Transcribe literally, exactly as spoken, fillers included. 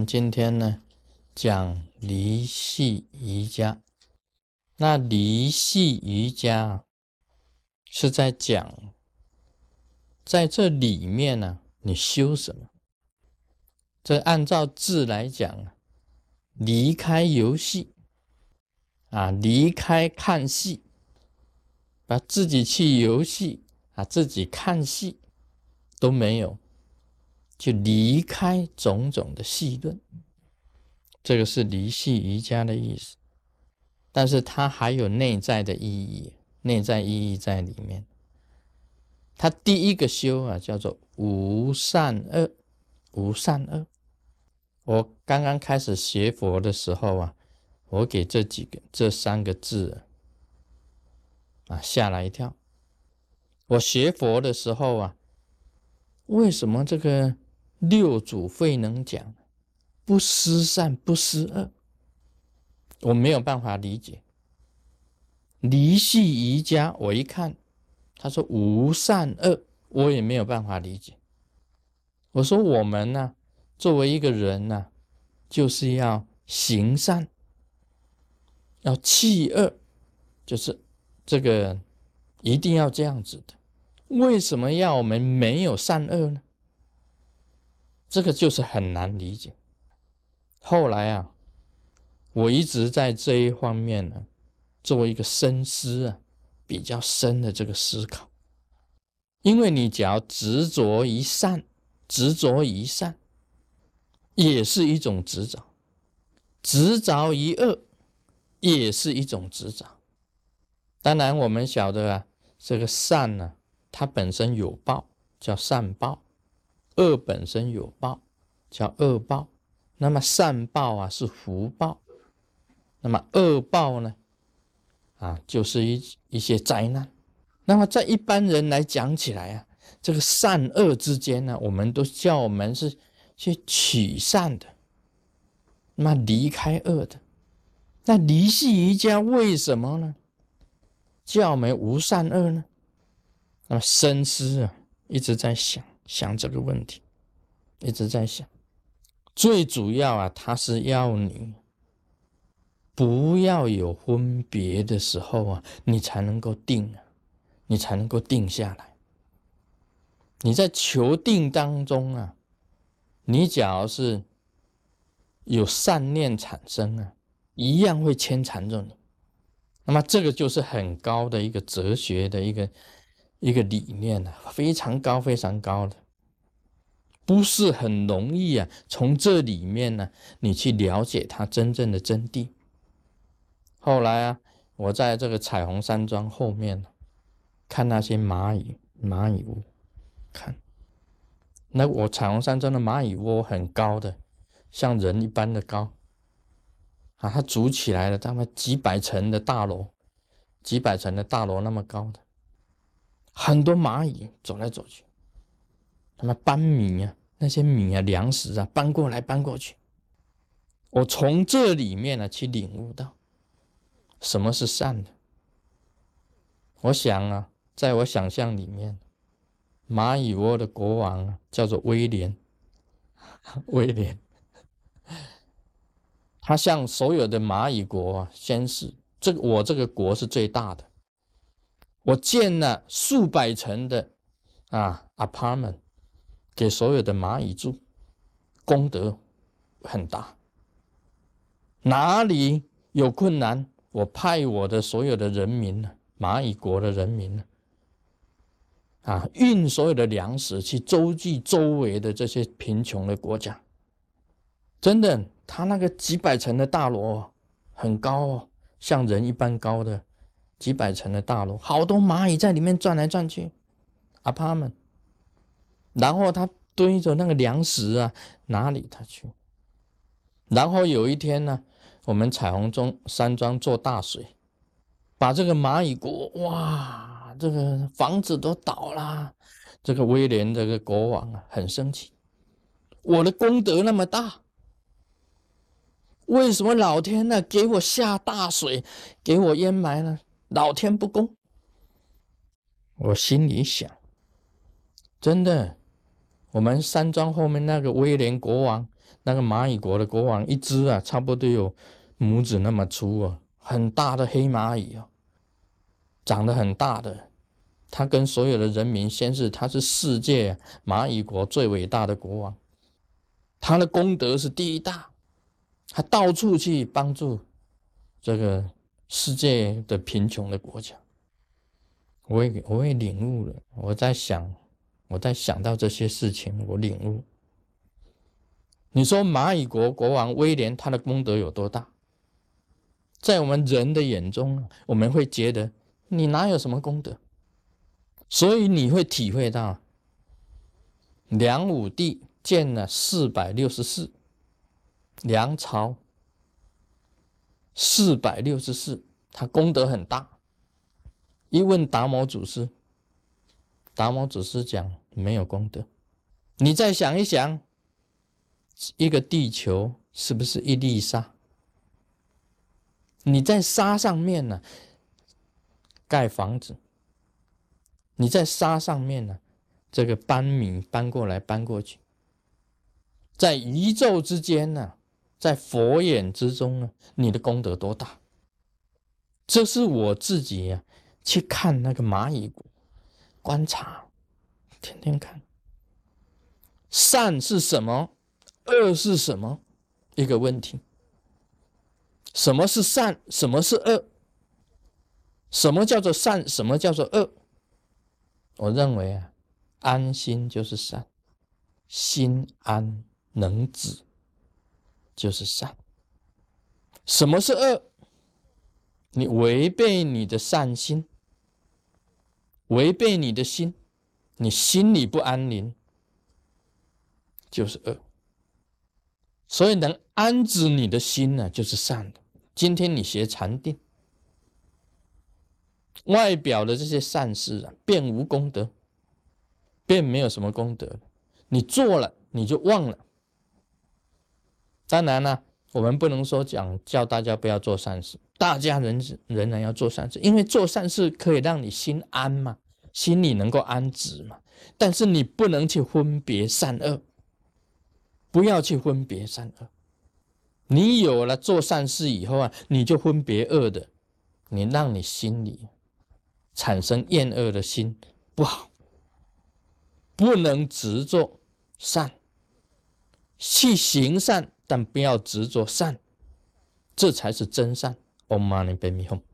今天呢讲离系瑜伽。那离系瑜伽是在讲，在这里面呢、啊，你修什么？这按照字来讲，离开游戏啊，离开看戏，把自己去游戏啊，自己看戏都没有，就离开种种的戏论。这个是离系瑜伽的意思，但是它还有内在的意义，内在意义在里面。它第一个修啊，叫做无善恶，无善恶。我刚刚开始学佛的时候啊，我给这几个这三个字啊吓了一跳。我学佛的时候啊，为什么这个六祖慧能讲不思善不思恶？我没有办法理解。离系瑜伽，我一看，他说无善恶，我也没有办法理解。我说我们呢、啊，作为一个人呢、啊，就是要行善，要弃恶，就是这个一定要这样子的。为什么要我们没有善恶呢？这个就是很难理解。后来啊，我一直在这一方面呢，做一个深思啊，比较深的这个思考。因为你只要执着于善，执着于善，也是一种执着；执着于恶，也是一种执着。当然，我们晓得啊，这个善呢、啊，它本身有报，叫善报；恶本身有报，叫恶报。那么善报啊是福报，那么恶报呢，啊就是一一些灾难。那么在一般人来讲起来啊，这个善恶之间呢，我们都叫我们是去取善的，那么离开恶的。那离系瑜伽为什么呢？叫我们无善恶呢？那么深思啊，一直在想想这个问题，一直在想。最主要啊，它是要你不要有分别的时候啊，你才能够定啊，你才能够定下来。你在求定当中啊，你假如是有善念产生啊，一样会牵缠着你。那么这个就是很高的一个哲学的一个一个理念啊，非常高非常高的，不是很容易啊。从这里面呢，你去了解它真正的真谛。后来啊，我在这个彩虹山庄后面看那些蚂蚁蚂蚁窝，看那我彩虹山庄的蚂蚁窝很高的，像人一般的高啊，它筑起来了，大概几百层的大楼，几百层的大楼那么高的，很多蚂蚁走来走去，他们搬米啊，那些米啊粮食啊搬过来搬过去。我从这里面呢去领悟到什么是善的。我想啊，在我想象里面，蚂蚁窝的国王、啊、叫做威廉，威廉，他向所有的蚂蚁国啊宣示，这个我这个国是最大的，我建了数百层的啊 apartment 给所有的蚂蚁住，功德很大。哪里有困难，我派我的所有的人民呢，蚂蚁国的人民呢，啊，运所有的粮食去周济周围的这些贫穷的国家。真的，他那个几百层的大楼很高哦，像人一般高的几百层的大楼，好多蚂蚁在里面转来转去 apartment， 然后他堆着那个粮食啊，哪里他去？然后有一天呢，我们彩虹中山庄做大水，把这个蚂蚁国，哇，这个房子都倒了。这个威廉这个国王啊，很生气，我的功德那么大，为什么老天呢给我下大水，给我淹埋了？老天不公。我心里想，真的，我们山庄后面那个威廉国王那个蚂蚁国的国王一只啊，差不多有拇指那么粗啊，很大的黑蚂蚁啊，长得很大的。他跟所有的人民宣誓，他是世界蚂蚁国最伟大的国王，他的功德是第一大，他到处去帮助这个世界的贫穷的国家。我也我也领悟了，我在想，我在想到这些事情，我领悟。你说蚂蚁国国王威廉他的功德有多大？在我们人的眼中，我们会觉得你哪有什么功德？所以你会体会到，梁武帝建了四百六十四，梁朝四百六十四，他功德很大。一问达摩祖师，达摩祖师讲没有功德。你再想一想，一个地球是不是一粒沙？你在沙上面呢、啊、盖房子，你在沙上面呢、啊、这个搬米搬过来搬过去，在宇宙之间呢、啊，在佛眼之中呢，你的功德多大？这是我自己呀、啊。去看那个蚂蚁国，观察，天天看，善是什么，恶是什么，一个问题。什么是善，什么是恶？什么叫做善，什么叫做恶？我认为啊，安心就是善，心安能止就是善。什么是恶？你违背你的善心，违背你的心，你心里不安宁，就是恶。所以能安止你的心呢、啊，就是善的。今天你学禅定，外表的这些善事啊，便无功德，便没有什么功德。你做了，你就忘了。当然了、啊，我们不能说讲叫大家不要做善事，大家仍仍然要做善事，因为做善事可以让你心安嘛，心里能够安止嘛。但是你不能去分别善恶，不要去分别善恶。你有了做善事以后啊，你就分别恶的，你让你心里产生厌恶的心，不好。不能执着善，去行善，但不要执着善，这才是真善。Om Mani Padme Hum。